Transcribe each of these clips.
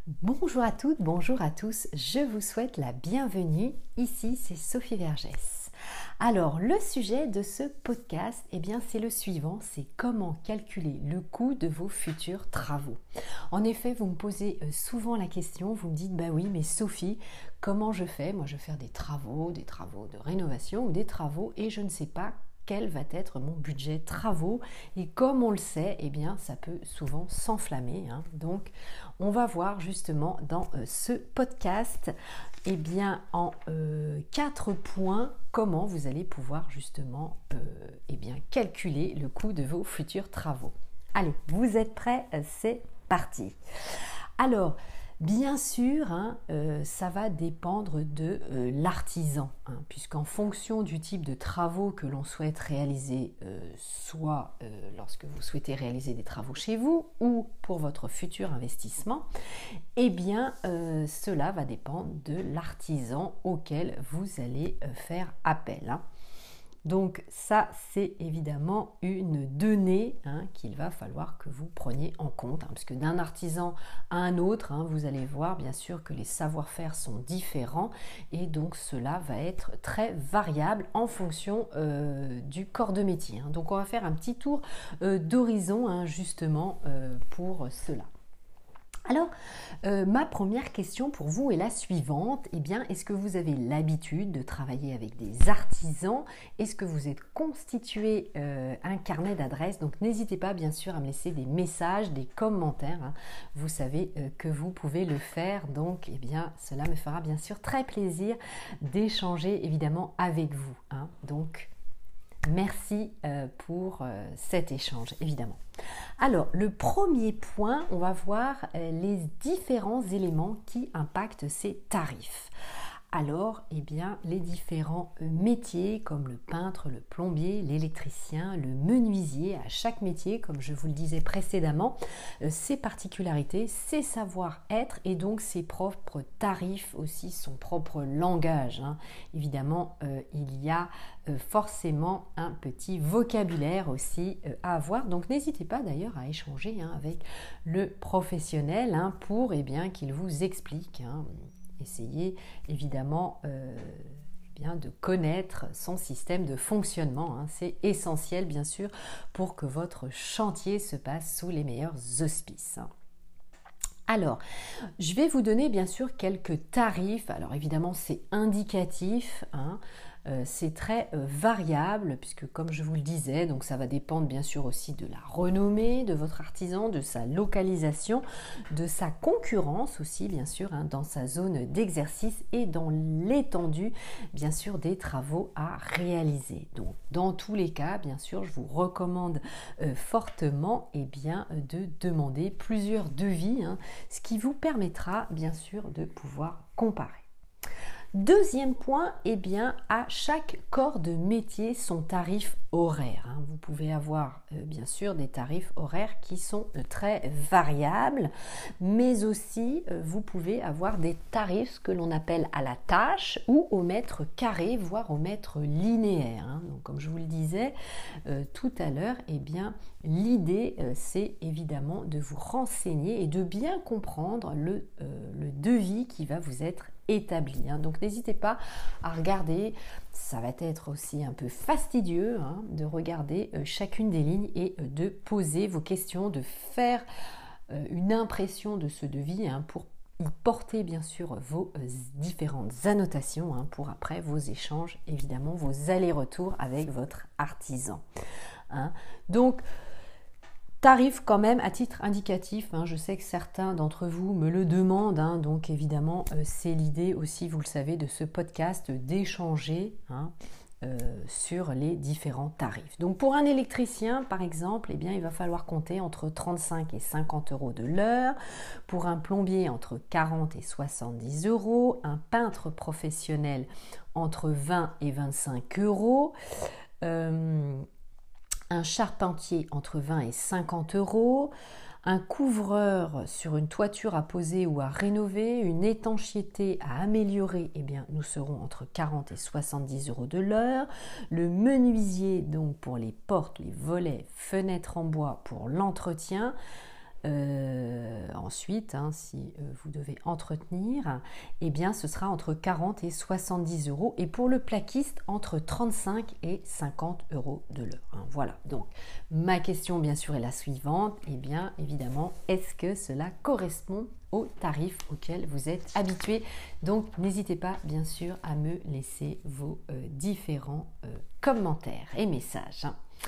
Bonjour à toutes, bonjour à tous, je vous souhaite la bienvenue, ici c'est Sophie Vergès. Alors le sujet de ce podcast, c'est le suivant, c'est comment calculer le coût de vos futurs travaux. En effet, vous me posez souvent la question, vous me dites bah oui mais Sophie, comment je fais? Moi je vais faire des travaux de rénovation ou des travaux et je ne sais pas quel va être mon budget travaux et comme on le sait, ça peut souvent s'enflammer. Donc, on va voir justement dans ce podcast en 4 points comment vous allez pouvoir justement calculer le coût de vos futurs travaux. Allez, vous êtes prêts? C'est parti. Alors, bien sûr, ça va dépendre de l'artisan, puisqu'en fonction du type de travaux que l'on souhaite réaliser, soit lorsque vous souhaitez réaliser des travaux chez vous ou pour votre futur investissement, cela va dépendre de l'artisan auquel vous allez faire appel. Donc ça, c'est évidemment une donnée qu'il va falloir que vous preniez en compte, parce que d'un artisan à un autre, vous allez voir bien sûr que les savoir-faire sont différents et donc cela va être très variable en fonction du corps de métier. Donc on va faire un petit tour d'horizon justement pour cela. Alors, ma première question pour vous est la suivante. Est-ce que vous avez l'habitude de travailler avec des artisans? Est-ce que vous êtes constitué un carnet d'adresses? Donc, n'hésitez pas, bien sûr, à me laisser des messages, des commentaires. Vous savez que vous pouvez le faire. Donc, cela me fera bien sûr très plaisir d'échanger, évidemment, avec vous. Donc, merci pour cet échange, évidemment. Alors, le premier point, on va voir les différents éléments qui impactent ces tarifs. Alors, les différents métiers comme le peintre, le plombier, l'électricien, le menuisier, à chaque métier, comme je vous le disais précédemment, ses particularités, ses savoir-être et donc ses propres tarifs aussi, son propre langage. Évidemment, il y a forcément un petit vocabulaire aussi à avoir. Donc, n'hésitez pas d'ailleurs à échanger avec le professionnel pour qu'il vous explique. Essayez évidemment de connaître son système de fonctionnement. C'est essentiel bien sûr pour que votre chantier se passe sous les meilleurs auspices. Alors, je vais vous donner bien sûr quelques tarifs. Alors évidemment c'est indicatif. C'est très variable puisque comme je vous le disais, donc ça va dépendre bien sûr aussi de la renommée de votre artisan, de sa localisation, de sa concurrence aussi bien sûr dans sa zone d'exercice et dans l'étendue bien sûr des travaux à réaliser. Donc dans tous les cas bien sûr je vous recommande fortement de demander plusieurs devis, ce qui vous permettra bien sûr de pouvoir comparer. Deuxième point, à chaque corps de métier, son tarif horaire. Vous pouvez avoir bien sûr des tarifs horaires qui sont très variables, mais aussi vous pouvez avoir des tarifs que l'on appelle à la tâche ou au mètre carré, voire au mètre linéaire. Donc, comme je vous le disais tout à l'heure, l'idée c'est évidemment de vous renseigner et de bien comprendre le devis qui va vous être établi. Donc n'hésitez pas à regarder, ça va être aussi un peu fastidieux de regarder chacune des lignes et de poser vos questions, de faire une impression de ce devis pour y porter bien sûr vos différentes annotations pour après vos échanges, évidemment vos allers-retours avec votre artisan. Donc tarif quand même à titre indicatif, je sais que certains d'entre vous me le demandent, donc évidemment c'est l'idée aussi, vous le savez, de ce podcast d'échanger sur les différents tarifs. Donc pour un électricien par exemple, il va falloir compter entre 35 et 50 euros de l'heure, pour un plombier entre 40 et 70 euros, un peintre professionnel entre 20 et 25 euros, un charpentier entre 20 et 50 euros, un couvreur sur une toiture à poser ou à rénover, une étanchéité à améliorer, nous serons entre 40 et 70 euros de l'heure. Le menuisier, donc pour les portes, les volets, fenêtres en bois pour l'entretien, Ensuite, si vous devez entretenir, eh bien ce sera entre 40 et 70 euros. Et pour le plaquiste, entre 35 et 50 euros de l'heure. Voilà, donc ma question bien sûr est la suivante. Eh bien évidemment, est-ce que cela correspond au tarif auquel vous êtes habitué? Donc n'hésitez pas bien sûr à me laisser vos différents commentaires et messages.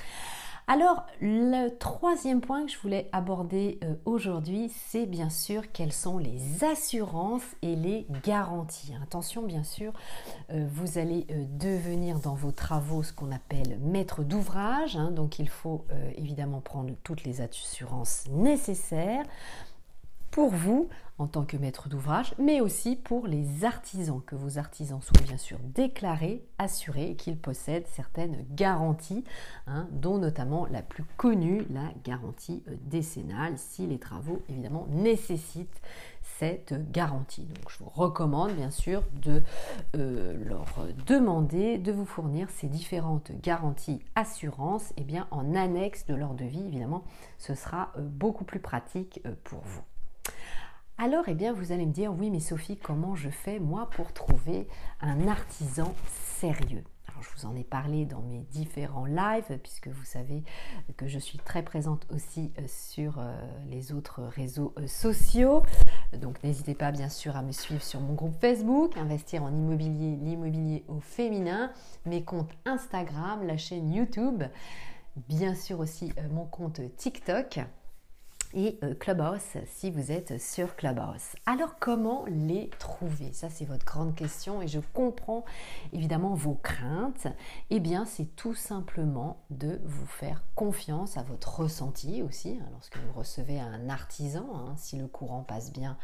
Alors, le troisième point que je voulais aborder aujourd'hui, c'est bien sûr quelles sont les assurances et les garanties. Attention, bien sûr, vous allez devenir dans vos travaux ce qu'on appelle maître d'ouvrage. Donc, il faut évidemment prendre toutes les assurances nécessaires pour vous en tant que maître d'ouvrage, mais aussi pour les artisans, que vos artisans soient bien sûr déclarés, assurés et qu'ils possèdent certaines garanties, dont notamment la plus connue, la garantie décennale, si les travaux évidemment nécessitent cette garantie. Donc je vous recommande bien sûr de leur demander de vous fournir ces différentes garanties assurances en annexe de leur devis. Évidemment, ce sera beaucoup plus pratique pour vous. Alors, vous allez me dire, oui, mais Sophie, comment je fais, moi, pour trouver un artisan sérieux? Alors, je vous en ai parlé dans mes différents lives, puisque vous savez que je suis très présente aussi sur les autres réseaux sociaux. Donc, n'hésitez pas, bien sûr, à me suivre sur mon groupe Facebook, Investir en immobilier, l'immobilier au féminin, mes comptes Instagram, la chaîne YouTube, bien sûr aussi mon compte TikTok. Et Clubhouse si vous êtes sur Clubhouse. Alors comment les trouver? Ça c'est votre grande question et je comprends évidemment vos craintes. C'est tout simplement de vous faire confiance à votre ressenti aussi. Lorsque vous recevez un artisan, si le courant passe bien,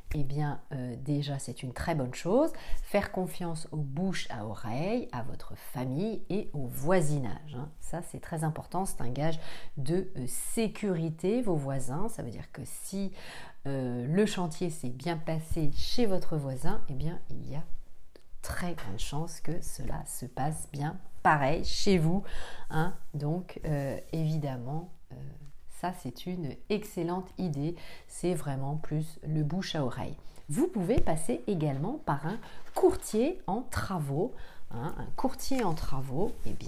déjà c'est une très bonne chose. Faire confiance aux bouches à oreille, à votre famille et au voisinage. Ça c'est très important, c'est un gage de sécurité. Vos voisins, ça veut dire que si le chantier s'est bien passé chez votre voisin, il y a de très grandes chances que cela se passe bien pareil chez vous. Donc évidemment... Ça, c'est une excellente idée. C'est vraiment plus le bouche à oreille. Vous pouvez passer également par un courtier en travaux. Un courtier en travaux,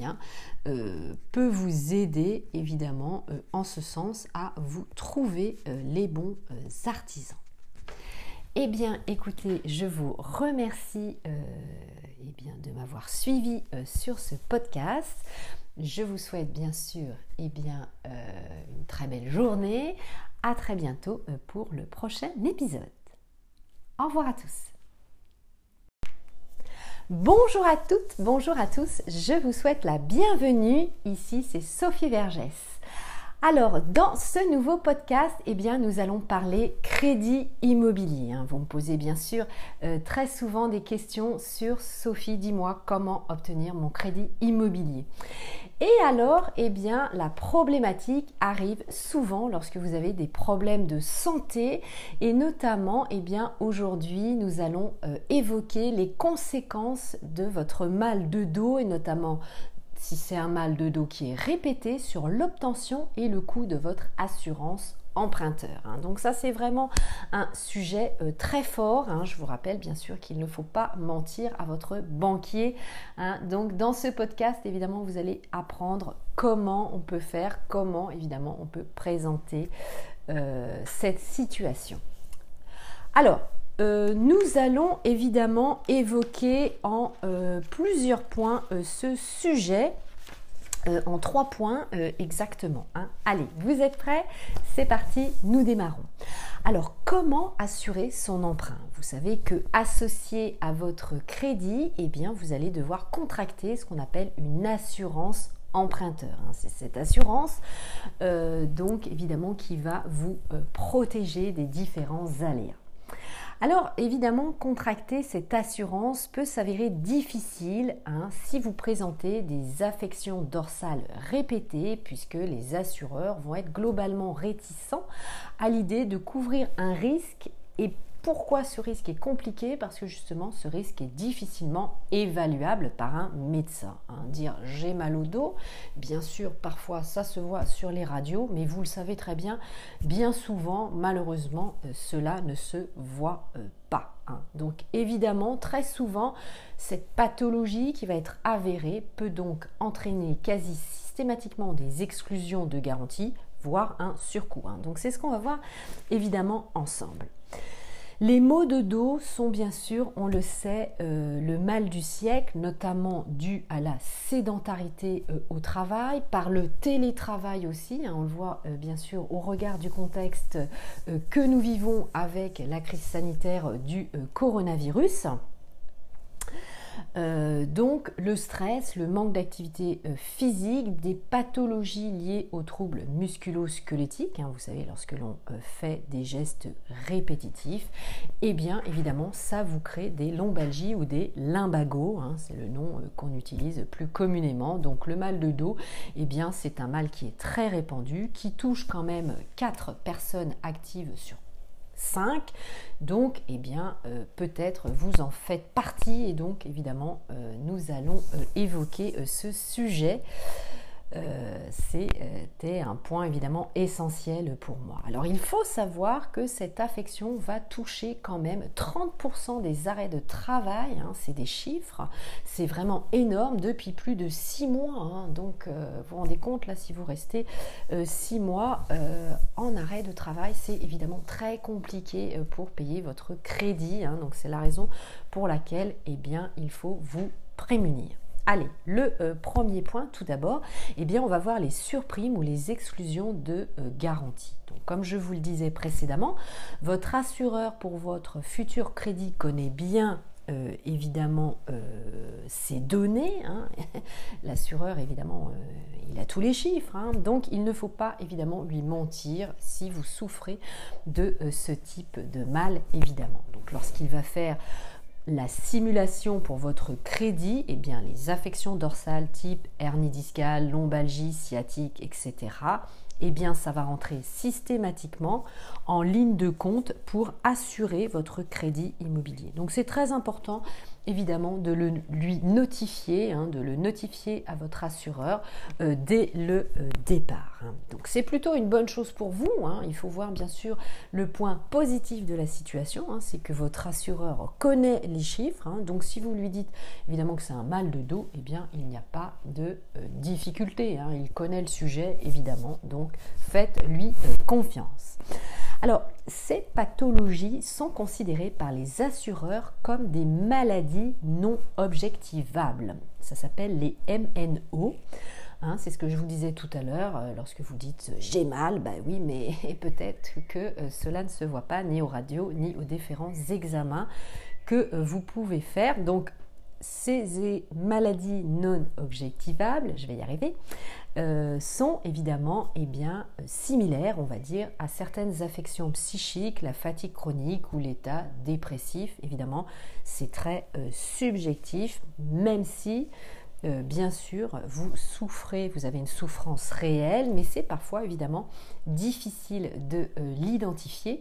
peut vous aider évidemment en ce sens à vous trouver les bons artisans. Écoutez, je vous remercie de m'avoir suivi sur ce podcast. Je vous souhaite bien sûr une très belle journée. À très bientôt pour le prochain épisode. Au revoir à tous. Bonjour à toutes, bonjour à tous. Je vous souhaite la bienvenue. Ici, c'est Sophie Vergès. Alors, dans ce nouveau podcast, nous allons parler crédit immobilier. Vous me posez bien sûr très souvent des questions sur Sophie, dis-moi comment obtenir mon crédit immobilier. Et alors, la problématique arrive souvent lorsque vous avez des problèmes de santé et notamment, aujourd'hui, nous allons évoquer les conséquences de votre mal de dos et notamment si c'est un mal de dos qui est répété sur l'obtention et le coût de votre assurance emprunteur. Donc ça, c'est vraiment un sujet très fort. Je vous rappelle bien sûr qu'il ne faut pas mentir à votre banquier. Donc dans ce podcast, évidemment, vous allez apprendre comment on peut faire, comment évidemment on peut présenter cette situation. Alors, nous allons évidemment évoquer en plusieurs points ce sujet, en 3 points exactement. Allez, vous êtes prêts? C'est parti, nous démarrons. Alors, comment assurer son emprunt? Vous savez que associé à votre crédit, vous allez devoir contracter ce qu'on appelle une assurance emprunteur. C'est cette assurance donc évidemment qui va vous protéger des différents aléas. Alors évidemment, contracter cette assurance peut s'avérer difficile si vous présentez des affections dorsales répétées puisque les assureurs vont être globalement réticents à l'idée de couvrir un risque Et pourquoi ce risque est compliqué? Parce que justement, ce risque est difficilement évaluable par un médecin. Dire j'ai mal au dos, bien sûr, parfois ça se voit sur les radios, mais vous le savez très bien, bien souvent, malheureusement, cela ne se voit pas. Donc évidemment, très souvent, cette pathologie qui va être avérée peut donc entraîner quasi systématiquement des exclusions de garantie, voire un surcoût. Donc c'est ce qu'on va voir évidemment ensemble. Les maux de dos sont bien sûr, on le sait, le mal du siècle, notamment dû à la sédentarité au travail, par le télétravail aussi, on le voit bien sûr au regard du contexte que nous vivons avec la crise sanitaire du coronavirus. Donc le stress, le manque d'activité physique, des pathologies liées aux troubles musculo-squelettiques, vous savez, lorsque l'on fait des gestes répétitifs, et bien évidemment ça vous crée des lombalgies ou des lumbagos, c'est le nom qu'on utilise plus communément. Donc le mal de dos, eh bien c'est un mal qui est très répandu, qui touche quand même 4 personnes actives sur 5, donc eh bien peut-être vous en faites partie, et donc évidemment nous allons évoquer ce sujet. C'était un point évidemment essentiel pour moi. Alors il faut savoir que cette affection va toucher quand même 30% des arrêts de travail, c'est des chiffres, c'est vraiment énorme depuis plus de 6 mois, donc vous vous rendez compte là, si vous restez 6 mois en arrêt de travail, c'est évidemment très compliqué pour payer votre crédit, donc c'est la raison pour laquelle eh bien, il faut vous prémunir. Allez, le premier point tout d'abord, eh bien on va voir les surprimes ou les exclusions de garantie. Donc, comme je vous le disais précédemment, votre assureur pour votre futur crédit connaît bien évidemment ces données. L'assureur évidemment il a tous les chiffres, donc il ne faut pas évidemment lui mentir si vous souffrez de ce type de mal évidemment. Donc lorsqu'il va faire la simulation pour votre crédit, eh bien les affections dorsales type hernie discale, lombalgie, sciatique, etc., eh bien ça va rentrer systématiquement en ligne de compte pour assurer votre crédit immobilier. Donc c'est très important évidemment de lui notifier, de le notifier à votre assureur dès le départ. Donc c'est plutôt une bonne chose pour vous. Il faut voir bien sûr le point positif de la situation, c'est que votre assureur connaît les chiffres. Donc si vous lui dites évidemment que c'est un mal de dos, eh bien il n'y a pas de difficulté. Il connaît le sujet évidemment, donc faites-lui confiance. Alors, ces pathologies sont considérées par les assureurs comme des maladies non objectivables. Ça s'appelle les MNO. C'est ce que je vous disais tout à l'heure, lorsque vous dites « j'ai mal », oui, mais peut-être que cela ne se voit pas ni aux radios, ni aux différents examens que vous pouvez faire. Donc, ces maladies non objectivables, je vais y arriver, sont évidemment similaires, on va dire, à certaines affections psychiques, la fatigue chronique ou l'état dépressif. Évidemment, c'est très subjectif, même si, bien sûr, vous souffrez, vous avez une souffrance réelle, mais c'est parfois évidemment difficile de l'identifier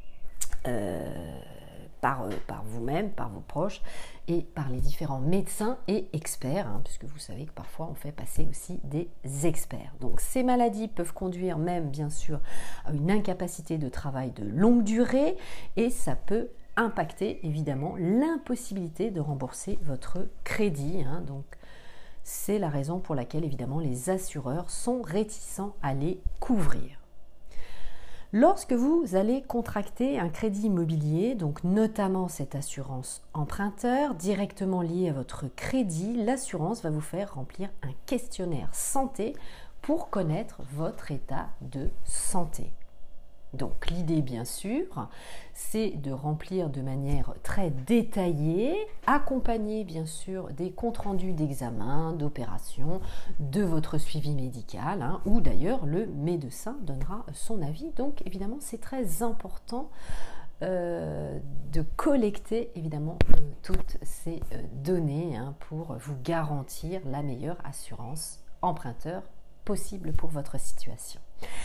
par vous-même, par vos proches et par les différents médecins et experts, puisque vous savez que parfois on fait passer aussi des experts. Donc ces maladies peuvent conduire même bien sûr à une incapacité de travail de longue durée, et ça peut impacter évidemment l'impossibilité de rembourser votre crédit. Donc c'est la raison pour laquelle évidemment les assureurs sont réticents à les couvrir. Lorsque vous allez contracter un crédit immobilier, donc notamment cette assurance emprunteur directement liée à votre crédit, l'assurance va vous faire remplir un questionnaire santé pour connaître votre état de santé. Donc l'idée bien sûr, c'est de remplir de manière très détaillée, accompagnée bien sûr des comptes rendus d'examen, d'opération, de votre suivi médical, où d'ailleurs le médecin donnera son avis. Donc évidemment c'est très important de collecter évidemment toutes ces données pour vous garantir la meilleure assurance emprunteur possible pour votre situation.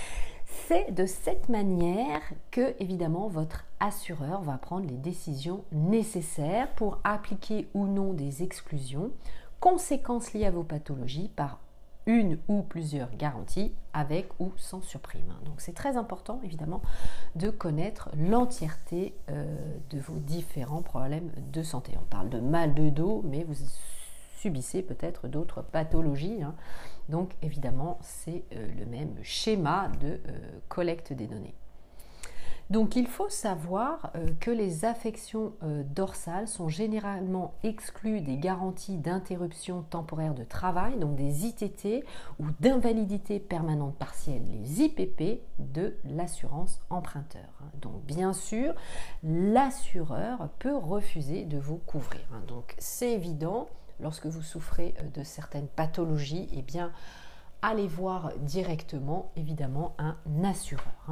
C'est de cette manière que, évidemment, votre assureur va prendre les décisions nécessaires pour appliquer ou non des exclusions, conséquences liées à vos pathologies par une ou plusieurs garanties avec ou sans surprime. Donc c'est très important évidemment de connaître l'entièreté de vos différents problèmes de santé. On parle de mal de dos, mais vous subissez peut-être d'autres pathologies. Donc évidemment c'est le même schéma de collecte des données. Donc il faut savoir que les affections dorsales sont généralement exclues des garanties d'interruption temporaire de travail, donc des ITT ou d'invalidité permanente partielle, les IPP, de l'assurance emprunteur. Donc bien sûr, l'assureur peut refuser de vous couvrir. Donc c'est évident, lorsque vous souffrez de certaines pathologies, eh bien allez voir directement évidemment un assureur.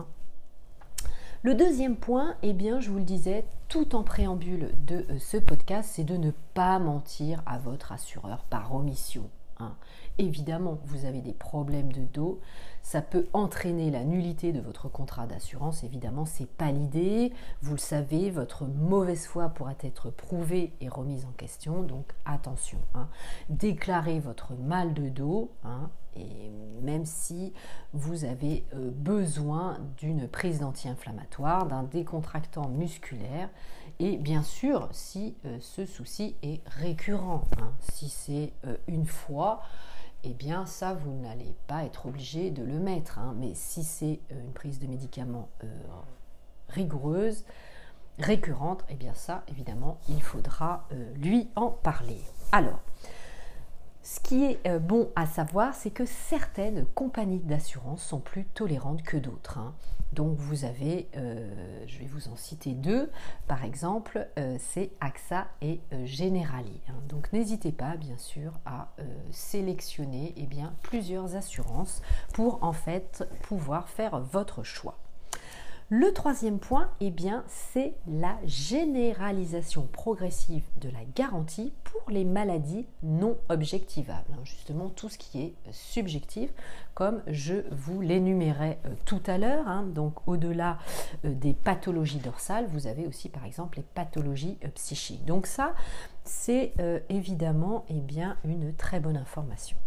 Le deuxième point, eh bien, je vous le disais tout en préambule de ce podcast, c'est de ne pas mentir à votre assureur par omission. Évidemment, vous avez des problèmes de dos, ça peut entraîner la nullité de votre contrat d'assurance. Évidemment, c'est pas l'idée. Vous le savez, votre mauvaise foi pourra être prouvée et remise en question. Donc attention, déclarez votre mal de dos. Et même si vous avez besoin d'une prise d'anti-inflammatoire, d'un décontractant musculaire, et bien sûr si ce souci est récurrent, si c'est une fois, eh bien ça vous n'allez pas être obligé de le mettre, mais si c'est une prise de médicaments rigoureuse, récurrente, eh bien ça évidemment il faudra lui en parler. Alors, ce qui est bon à savoir, c'est que certaines compagnies d'assurance sont plus tolérantes que d'autres. Donc vous avez, je vais vous en citer deux, par exemple, c'est AXA et Generali. Donc n'hésitez pas bien sûr à sélectionner plusieurs assurances pour en fait pouvoir faire votre choix. Le troisième point, c'est la généralisation progressive de la garantie pour les maladies non objectivables. Justement, tout ce qui est subjectif, comme je vous l'énumérais tout à l'heure. Donc, au-delà des pathologies dorsales, vous avez aussi, par exemple, les pathologies psychiques. Donc ça, c'est évidemment une très bonne information.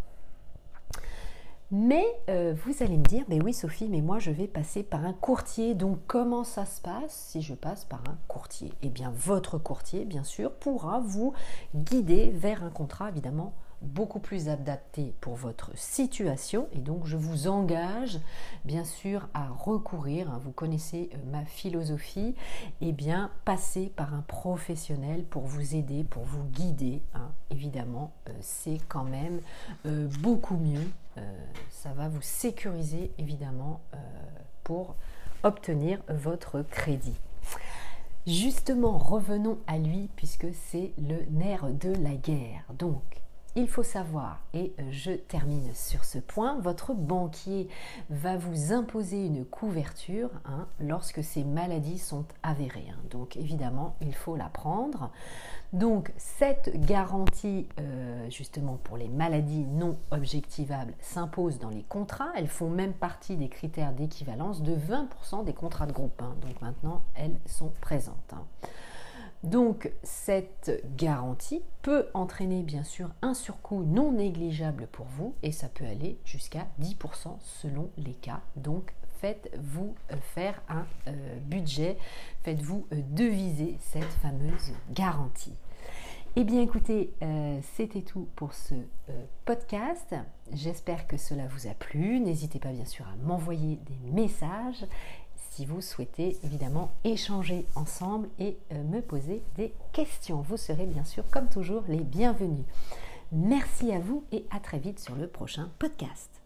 Mais vous allez me dire, oui Sophie, mais moi je vais passer par un courtier, donc comment ça se passe si je passe par un courtier ? Eh bien votre courtier, bien sûr, pourra vous guider vers un contrat évidemment beaucoup plus adapté pour votre situation, et donc je vous engage bien sûr à recourir, vous connaissez ma philosophie, passer par un professionnel pour vous aider, pour vous guider, évidemment c'est quand même beaucoup mieux, ça va vous sécuriser évidemment pour obtenir votre crédit. Justement, revenons à lui puisque c'est le nerf de la guerre. Donc il faut savoir, et je termine sur ce point, votre banquier va vous imposer une couverture lorsque ces maladies sont avérées. Donc évidemment, il faut la prendre. Donc cette garantie, justement pour les maladies non objectivables, s'impose dans les contrats. Elles font même partie des critères d'équivalence de 20% des contrats de groupe. Donc maintenant, elles sont présentes. Donc cette garantie peut entraîner bien sûr un surcoût non négligeable pour vous et ça peut aller jusqu'à 10% selon les cas. Donc faites-vous faire un budget, faites-vous deviser cette fameuse garantie. Eh bien écoutez, c'était tout pour ce podcast. J'espère que cela vous a plu. N'hésitez pas bien sûr à m'envoyer des messages si vous souhaitez évidemment échanger ensemble et me poser des questions. Vous serez bien sûr comme toujours les bienvenus. Merci à vous et à très vite sur le prochain podcast.